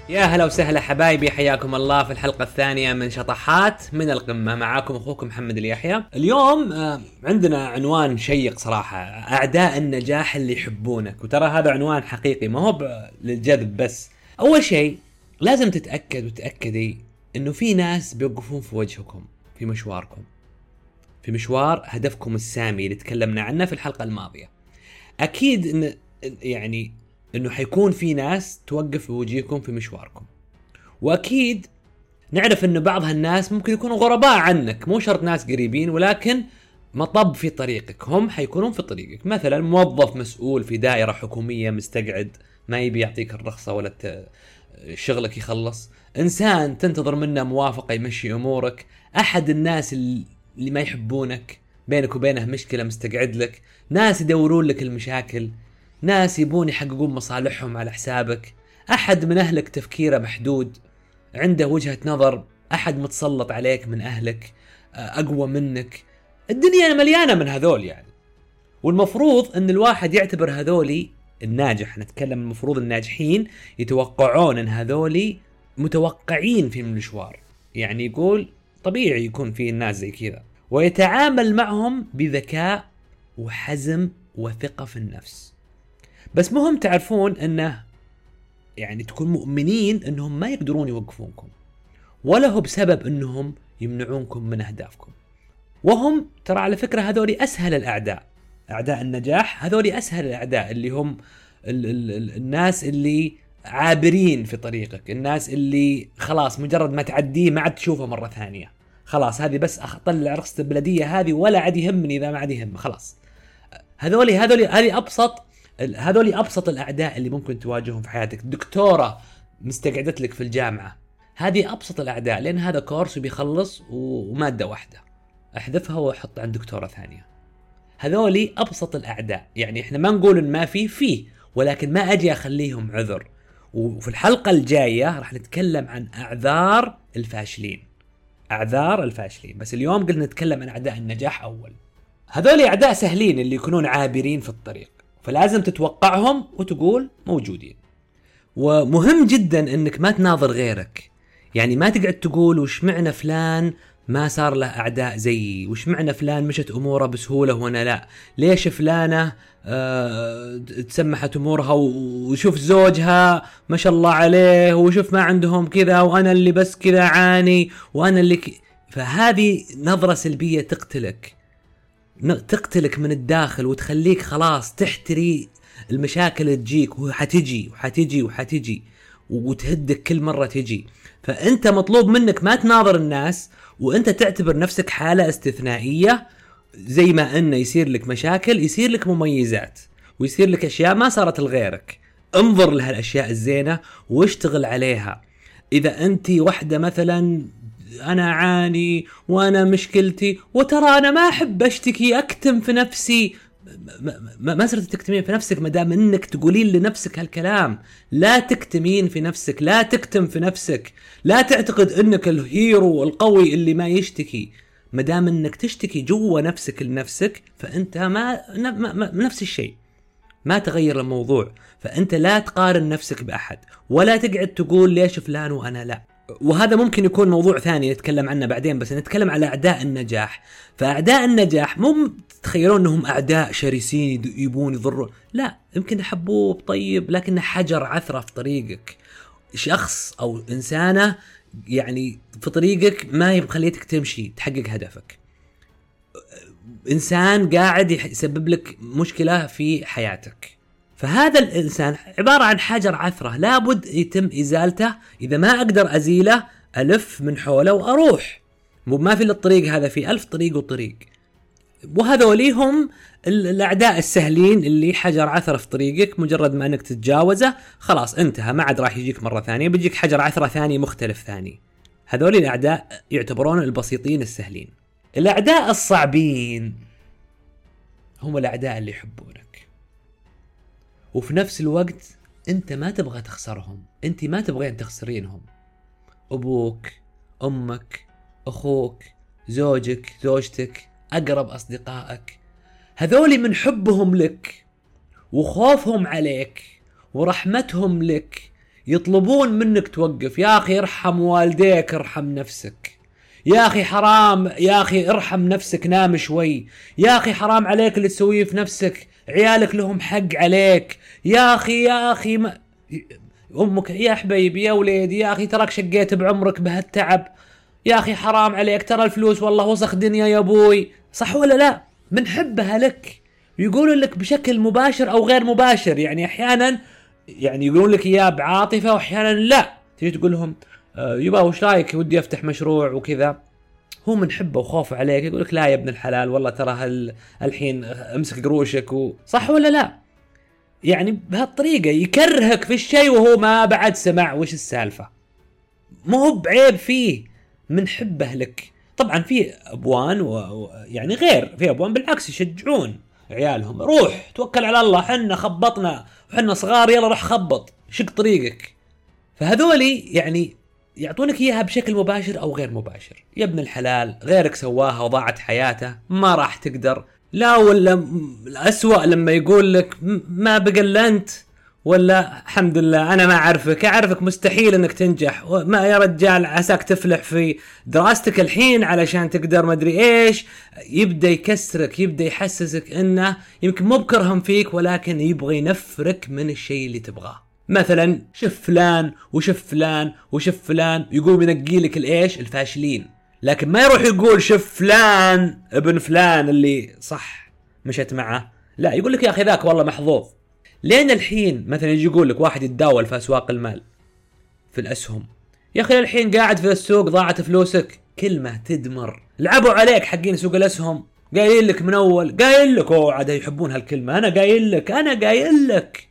يا هلا وسهلا حبايبي، حياكم الله في الحلقة الثانية من شطحات من القمة. معاكم أخوكم محمد اليحيى. اليوم عندنا عنوان شيق صراحة: أعداء النجاح اللي يحبونك. وترى هذا عنوان حقيقي، ما هو للجذب بس. أول شيء لازم تتأكد وتأكدي إنه في ناس بيوقفون في وجهكم في مشواركم، في مشوار هدفكم السامي اللي تكلمنا عنه في الحلقة الماضية. أكيد إنه حيكون في ناس توقف في وجهكم في مشواركم، وأكيد نعرف إنه بعض هالناس ممكن يكونوا غرباء عنك، مو شرط ناس قريبين، ولكن مطب في طريقك، هم حيكونون في طريقك. مثلا موظف مسؤول في دائرة حكومية مستقعد، ما يبي يعطيك الرخصة ولا شغلك يخلص. إنسان تنتظر منه موافقة يمشي أمورك. أحد الناس اللي ما يحبونك، بينك وبينه مشكلة مستقعد لك. ناس يدورون لك المشاكل، ناس يبون يحققون مصالحهم على حسابك. أحد من أهلك تفكيره محدود، عنده وجهة نظر. أحد متسلط عليك من أهلك، أقوى منك. الدنيا مليانة من هذول يعني. والمفروض أن الواحد يعتبر هذولي الناجح. نتكلم المفروض الناجحين يتوقعون أن هذولي متوقعين في المشوار، يعني يقول طبيعي يكون في الناس زي كذا، ويتعامل معهم بذكاء وحزم وثقة في النفس. بس مهم تعرفون أنه يعني تكون مؤمنين أنهم ما يقدرون يوقفونكم، ولا هو بسبب أنهم يمنعونكم من أهدافكم. وهم ترى على فكرة هذولي أسهل الأعداء. أعداء النجاح هذولي أسهل الأعداء، اللي هم الناس اللي عابرين في طريقك، الناس اللي خلاص مجرد ما تعديه ما عاد تشوفه مرة ثانية. خلاص هذه بس أطلع رخصة البلدية هذه ولا عاد يهمني إذا ما عاد يهم. خلاص هذولي أبسط الأعداء اللي ممكن تواجههم في حياتك. دكتورة مستقعدت لك في الجامعة، هذه أبسط الأعداء، لأن هذا كورس بيخلص ومادة واحدة، أحذفها وأحط عند دكتورة ثانية. هذولي أبسط الأعداء. يعني إحنا ما نقول إن ما فيه، ولكن ما أجي أخليهم عذر. وفي الحلقة الجاية راح نتكلم عن أعذار الفاشلين. بس اليوم قلنا نتكلم عن أعداء النجاح أول. هذولي أعداء سهلين اللي يكونون عابرين في الطريق، فلازم تتوقعهم وتقول موجودين. ومهم جدا انك ما تناظر غيرك، يعني ما تقعد تقول وش معنى فلان ما صار له اعداء زيي، وش معنى فلان مشت اموره بسهولة وانا لا، ليش فلانة تسمحت امورها وشوف زوجها ما شاء الله عليه وشوف ما عندهم كذا وانا اللي بس كذا عاني وانا اللي فهذه نظرة سلبية تقتلك من الداخل وتخليك خلاص تحتري المشاكل تجيك وحتجي وتهدك كل مرة تجي. فأنت مطلوب منك ما تناظر الناس، وأنت تعتبر نفسك حالة استثنائية. زي ما أنه يصير لك مشاكل يصير لك مميزات، ويصير لك أشياء ما صارت لغيرك. انظر لها الأشياء الزينة واشتغل عليها. إذا أنت واحدة مثلا أنا عاني وأنا مشكلتي، وترى أنا ما أحب أشتكي أكتم في نفسي، ما صرت تكتمين في نفسك مدام أنك تقولين لنفسك هالكلام. لا تكتمين في نفسك، لا تكتم في نفسك، لا تعتقد أنك الهيرو القوي اللي ما يشتكي. مدام أنك تشتكي جوا نفسك لنفسك فأنت ما نفس الشيء، ما تغير الموضوع. فأنت لا تقارن نفسك بأحد، ولا تقعد تقول ليش فلان وأنا لا. وهذا ممكن يكون موضوع ثاني نتكلم عنه بعدين، بس نتكلم على أعداء النجاح. فأعداء النجاح مو تخيلون أنهم أعداء شرسين يبون يضرون، لا، يمكن حبوب طيب لكنه حجر عثرة في طريقك. شخص أو إنسانة يعني في طريقك ما يخليك تمشي تحقق هدفك. إنسان قاعد يسبب لك مشكلة في حياتك. فهذا الإنسان عبارة عن حجر عثرة لابد يتم إزالته. إذا ما أقدر أزيله ألف من حوله وأروح. ما في الطريق هذا، في 1000 طريق وطريق. وهذولي هم الأعداء السهلين اللي حجر عثرة في طريقك، مجرد ما أنك تتجاوزه خلاص انتهى، ما عاد راح يجيك مرة ثانية، بيجيك حجر عثرة ثاني مختلف ثاني. هذولي الأعداء يعتبرون البسيطين السهلين. الأعداء الصعبين هم الأعداء اللي يحبونك، وفي نفس الوقت أنت ما تبغى تخسرهم، أنت ما تبغين تخسرينهم. أبوك، أمك، أخوك، زوجك، زوجتك، أقرب أصدقائك، هذولي من حبهم لك وخوفهم عليك ورحمتهم لك يطلبون منك توقف. يا أخي ارحم والديك، ارحم نفسك. يا أخي حرام، يا أخي ارحم نفسك، نام شوي. يا أخي حرام عليك اللي تسويه في نفسك، عيالك لهم حق عليك. يا أخي يا أخي ما... أمك يا حبيبي يا وليدي، يا أخي تراك شقيت بعمرك بهالتعب. يا أخي حرام عليك، ترى الفلوس والله وسخ دنيا يا أبوي. صح ولا لا؟ بنحبها لك، يقولوا لك بشكل مباشر أو غير مباشر. يعني أحيانا يعني يقولون لك إياه بعاطفة وأحيانا لا. تيجي تقول لهم يبا وش رايك ودي أفتح مشروع وكذا، هو من حبه وخوفه عليك يقول لك لا يا ابن الحلال والله ترى الحين امسك قروشك صح ولا لا؟ يعني بهالطريقة يكرهك في الشيء وهو ما بعد سمع وش السالفة. مو هو بعيب فيه، من حبه لك. طبعا في أبوان يعني غير، في أبوان بالعكس يشجعون عيالهم، روح توكل على الله، حنا خبطنا وحنا صغار يلا روح خبط شق طريقك. فهذولي يعني يعطونك إياها بشكل مباشر أو غير مباشر. يا ابن الحلال غيرك سواها وضاعت حياته، ما راح تقدر. لا ولا الأسوأ لما يقول لك ما بقى إلا أنت، ولا الحمد لله أنا ما أعرفك مستحيل أنك تنجح، ما يا رجال عساك تفلح في دراستك الحين علشان تقدر ما أدري إيش. يبدأ يكسرك، يبدأ يحسسك أنه يمكن مو بكرهم فيك ولكن يبغى ينفرك من الشيء اللي تبغاه. مثلا شف فلان وشف فلان وشف فلان، يقول ينقي لك الإيش الفاشلين، لكن ما يروح يقول شف فلان ابن فلان اللي صح مشت معه، لا يقول لك يا أخي ذاك والله محظوظ. لين الحين مثلا يجي يقول لك واحد يتداول في أسواق المال في الأسهم، يا أخي الحين قاعد في السوق ضاعت فلوسك، كلمة تدمر. لعبوا عليك حقين سوق الأسهم، قايل لك من أول، قايل لك عاد يحبون هالكلمة، أنا قايل لك.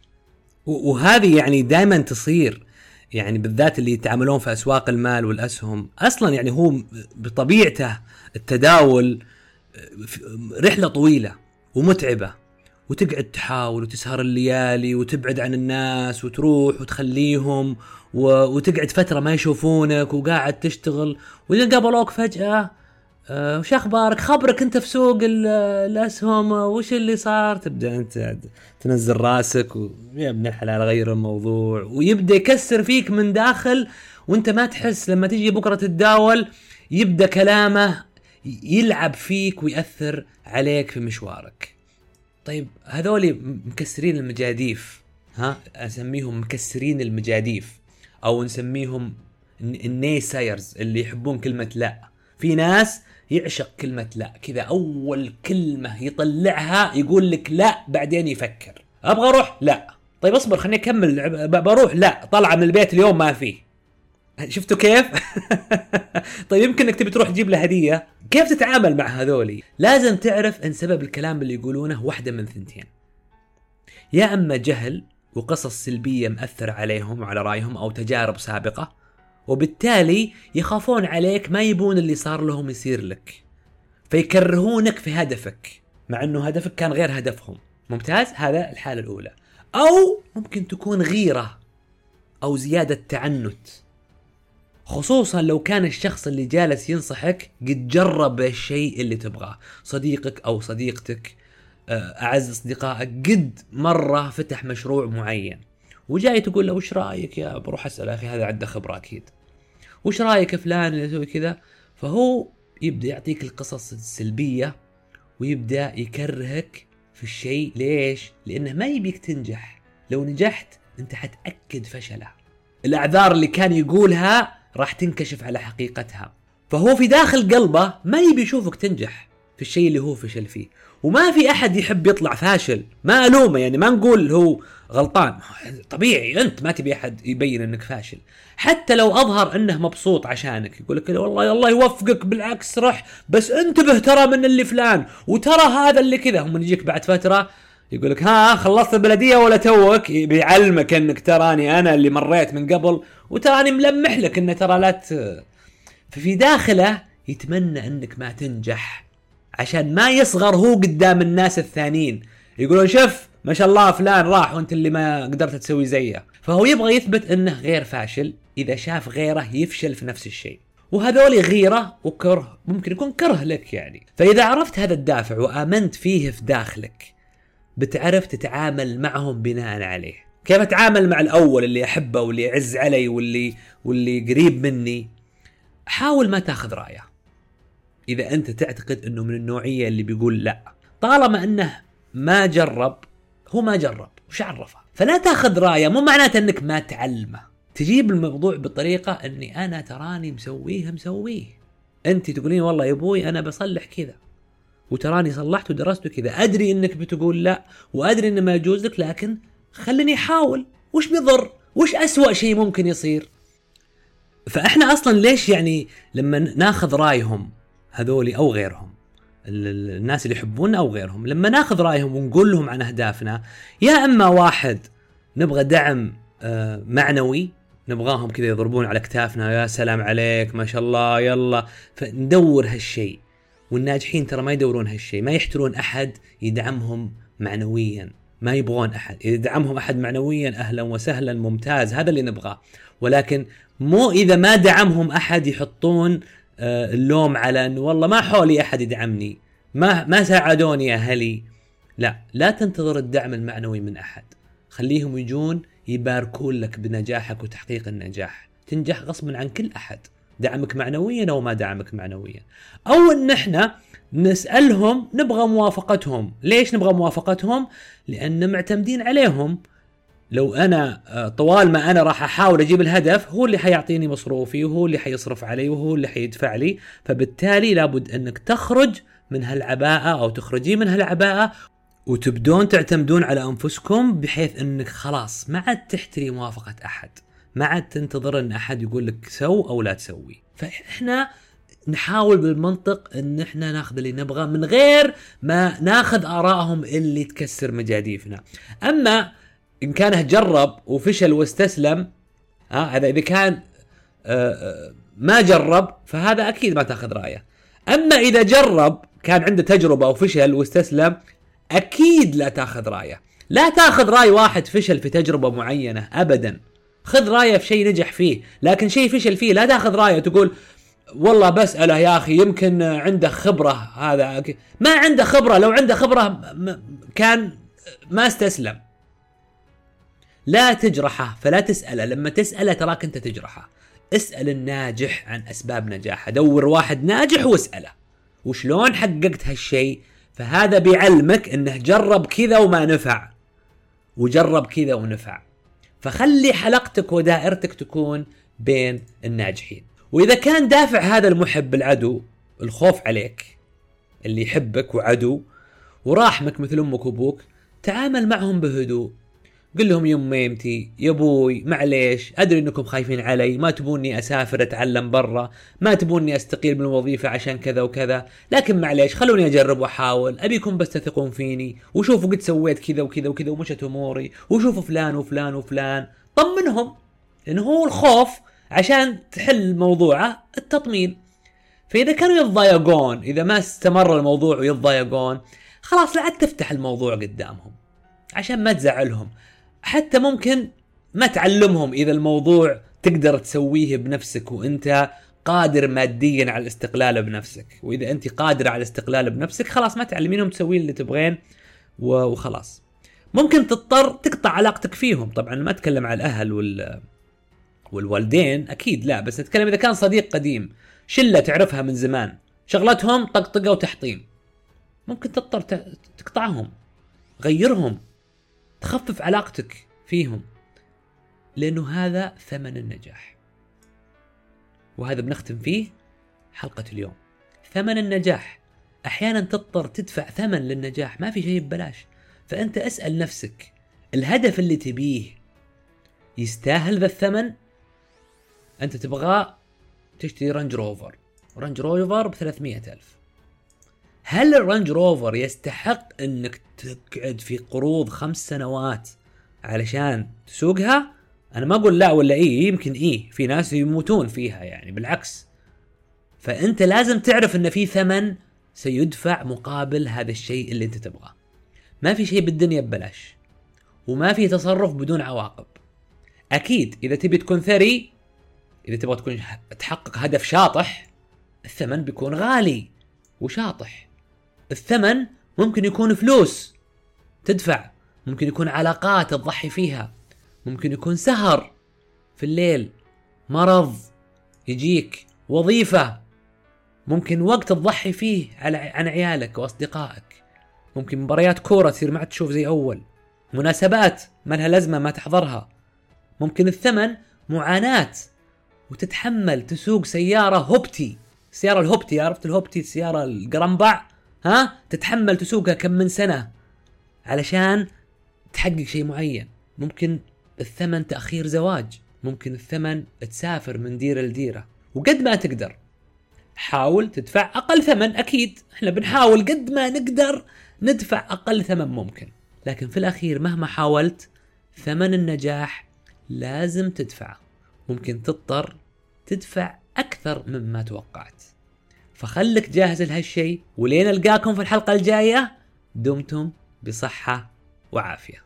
وهذه يعني دائما تصير، يعني بالذات اللي يتعاملون في أسواق المال والأسهم. أصلا يعني هو بطبيعته التداول رحلة طويلة ومتعبة، وتقعد تحاول وتسهر الليالي وتبعد عن الناس وتروح وتخليهم وتقعد فترة ما يشوفونك وقاعد تشتغل، وإذا قابلوك فجأة وش أخبارك، خبرك أنت في سوق الأسهم وش اللي صار، تبدأ أنت تنزل راسك يا ابن الحلال غير الموضوع، ويبدأ يكسر فيك من داخل وأنت ما تحس. لما تيجي بكرة تتداول يبدأ كلامه يلعب فيك ويأثر عليك في مشوارك. طيب هذولي مكسرين المجاديف، أسميهم مكسرين المجاديف، أو نسميهم النيسايرز اللي يحبون كلمة لا. في ناس يعشق كلمة لا كذا، أول كلمة يطلعها يقول لك لا، بعدين يفكر أبغى أروح لا، طيب أصبر خليني أكمل، بروح لا، طلع من البيت اليوم ما فيه. شفتوا كيف؟ طيب يمكن انك تبي تروح تجيب له هدية. كيف تتعامل مع هذولي؟ لازم تعرف ان سبب الكلام اللي يقولونه واحدة من ثنتين، يا اما جهل وقصص سلبية مأثر عليهم وعلى رأيهم او تجارب سابقة، وبالتالي يخافون عليك، ما يبون اللي صار لهم يصير لك، فيكرهونك في هدفك مع انه هدفك كان غير هدفهم. ممتاز، هذا الحالة الاولى. او ممكن تكون غيرة او زيادة تعنت، خصوصا لو كان الشخص اللي جالس ينصحك قد جرب الشيء اللي تبغاه، صديقك أو صديقتك أعز أصدقائك قد مرة فتح مشروع معين وجاي تقول له وش رأيك يا بروح أسأل أخي هذا عنده خبرة أكيد، وش رأيك فلان اللي يسوي كذا، فهو يبدأ يعطيك القصص السلبية ويبدأ يكرهك في الشيء. ليش؟ لأنه ما يبيك تنجح، لو نجحت أنت حتأكد فشله، الأعذار اللي كان يقولها راح تنكشف على حقيقتها، فهو في داخل قلبه ما يبي يشوفك تنجح في الشيء اللي هو فشل فيه. وما في أحد يحب يطلع فاشل، ما ألومه، يعني ما نقول هو غلطان، طبيعي أنت ما تبي أحد يبين أنك فاشل، حتى لو أظهر أنه مبسوط عشانك، يقول لك والله الله يوفقك بالعكس رح، بس انتبه ترى من اللي فلان، وترى هذا اللي كذا. هم يجيك بعد فترة يقول لك ها خلصت البلدية ولا توك، بيعلمك انك تراني انا اللي مريت من قبل وتراني ملمح لك ان ترى لا ففي داخله يتمنى انك ما تنجح عشان ما يصغر هو قدام الناس الثانيين، يقولون شوف ما شاء الله فلان راح وانت اللي ما قدرت تسوي زيه. فهو يبغى يثبت انه غير فاشل اذا شاف غيره يفشل في نفس الشيء، وهذولي غيرة وكره، ممكن يكون كره لك يعني. فاذا عرفت هذا الدافع وآمنت فيه في داخلك بتعرف تتعامل معهم بناء عليه. كيف اتعامل مع الاول اللي احبه واللي يعز علي واللي قريب مني. حاول ما تاخذ رايه اذا انت تعتقد انه من النوعيه اللي بيقول لا، طالما انه ما جرب، هو ما جرب وش عرفه. فلا تاخذ رايه، مو معناته انك ما تعلمه. تجيب الموضوع بطريقه اني انا تراني مسويه، انت تقولين والله يا ابوي انا بصلح كذا وتراني صلحت ودرست كذا، ادري انك بتقول لا وادري انه ما يجوز لك، لكن خلني احاول، وش بيضر، وش أسوأ شيء ممكن يصير. فاحنا اصلا ليش يعني لما ناخذ رايهم هذولي او غيرهم، الناس اللي يحبوننا او غيرهم، لما ناخذ رايهم ونقول لهم عن اهدافنا، يا اما واحد نبغى دعم معنوي، نبغاهم كذا يضربون على كتافنا، يا سلام عليك ما شاء الله يلا، فندور هالشيء. والناجحين ترى ما يدورون هالشيء، ما يحترون احد يدعمهم معنويا، ما يبغون احد يدعمهم. احد معنويا اهلا وسهلا ممتاز، هذا اللي نبغاه، ولكن مو اذا ما دعمهم احد يحطون اللوم على انه والله ما حولي احد يدعمني، ما ساعدوني اهلي. لا تنتظر الدعم المعنوي من احد، خليهم يجون يباركون لك بنجاحك وتحقيق النجاح. تنجح غصبا عن كل احد، دعمك معنويا او ما دعمك معنويا. او ان احنا نسألهم، نبغى موافقتهم. ليش نبغى موافقتهم؟ لان معتمدين عليهم. لو انا طوال ما انا راح احاول اجيب الهدف، هو اللي حيعطيني مصروفي وهو اللي حيصرف علي وهو اللي حيدفع لي، فبالتالي لابد انك تخرج من هالعباءة او تخرجي من هالعباءة وتبدون تعتمدون على انفسكم، بحيث انك خلاص ما عاد تحتري موافقة احد، ما عاد تنتظر ان احد يقول لك سو او لا تسوي. فاحنا نحاول بالمنطق ان احنا ناخذ اللي نبغى من غير ما ناخذ آرائهم اللي تكسر مجاديفنا. اما ان كان جرب وفشل واستسلم، هذا اذا كان ما جرب فهذا اكيد ما تاخذ رايه. اما اذا جرب كان عنده تجربه وفشل واستسلم، اكيد لا تاخذ رايه. لا تاخذ راي واحد فشل في تجربه معينه ابدا، خذ رايه في شيء نجح فيه، لكن شيء فشل فيه لا تاخذ رايه تقول والله بسأله يا اخي يمكن عنده خبره. هذا ما عنده خبره، لو عنده خبره كان ما استسلم. لا تجرحه، فلا تسأله. لما تسأله تراك انت تجرحه. اسأل الناجح عن اسباب نجاحه، دور واحد ناجح واسأله وشلون حققت هالشيء، فهذا بيعلمك انه جرب كذا وما نفع وجرب كذا ونفع. فخلي حلقتك ودائرتك تكون بين الناجحين. واذا كان دافع هذا المحب العدو، الخوف عليك، اللي يحبك وعدو وراحمك مثل امك وابوك، تعامل معهم بهدوء. قل لهم يميمتي يا ابوي معليش، ادري انكم خايفين علي، ما تبوني اسافر اتعلم برا، ما تبوني استقيل من الوظيفة عشان كذا وكذا، لكن معليش خلوني اجرب واحاول، ابيكم بس تثقون فيني، وشوفوا قد سويت كذا وكذا وكذا ومشت اموري، وشوفوا فلان وفلان وفلان. طمنهم، لانه هو الخوف عشان تحل موضوعه التطمين. فاذا كانوا يتضايقون، اذا ما استمر الموضوع ويتضايقون، خلاص لا عاد تفتح الموضوع قدامهم عشان ما تزعلهم. حتى ممكن ما تعلمهم إذا الموضوع تقدر تسويه بنفسك وإنت قادر ماديا على الاستقلال بنفسك. وإذا أنت قادر على الاستقلال بنفسك، خلاص ما تعلمينهم تسوين اللي تبغين وخلاص. ممكن تضطر تقطع علاقتك فيهم. طبعا ما أتكلم على الأهل والوالدين أكيد لا، بس أتكلم إذا كان صديق قديم، شلة تعرفها من زمان، شغلتهم طقطقة وتحطيم، ممكن تضطر تقطعهم، غيرهم، تخفف علاقتك فيهم، لأنه هذا ثمن النجاح. وهذا بنختم فيه حلقة اليوم. ثمن النجاح. أحيانا تضطر تدفع ثمن للنجاح، ما في شيء ببلاش. فأنت أسأل نفسك، الهدف اللي تبيه يستاهل ذا الثمن؟ أنت تبغى تشتري رنج روفر ب300,000، هل الرنج روفر يستحق انك تقعد في قروض 5 سنوات علشان تسوقها؟ انا ما اقول لا ولا يمكن في ناس يموتون فيها يعني، بالعكس. فانت لازم تعرف ان في ثمن سيدفع مقابل هذا الشيء اللي انت تبغاه. ما في شيء بالدنيا ببلاش، وما في تصرف بدون عواقب. اكيد اذا تبي تكون ثري، اذا تبغى تحقق هدف شاطح، الثمن بيكون غالي وشاطح. الثمن ممكن يكون فلوس تدفع، ممكن يكون علاقات تضحي فيها، ممكن يكون سهر في الليل، مرض يجيك، وظيفة، ممكن وقت تضحي فيه عن عيالك وأصدقائك، ممكن مباريات كورة تصير ما تشوف زي أول، مناسبات ما لها لازمة ما تحضرها، ممكن الثمن معاناة وتتحمل تسوق سيارة هوبتي، السيارة الهوبتي، عرفت الهوبتي، السيارة القرنبع، تتحمل تسوقها كم من سنة علشان تحقق شيء معين. ممكن الثمن تأخير زواج، ممكن الثمن تسافر من ديرة لديرة. وقد ما تقدر حاول تدفع أقل ثمن، أكيد احنا بنحاول قد ما نقدر ندفع أقل ثمن ممكن، لكن في الأخير مهما حاولت ثمن النجاح لازم تدفعه، ممكن تضطر تدفع أكثر مما توقعت. فخلك جاهز لهالشيء، ولين ألقاكم في الحلقة الجاية دمتم بصحة وعافية.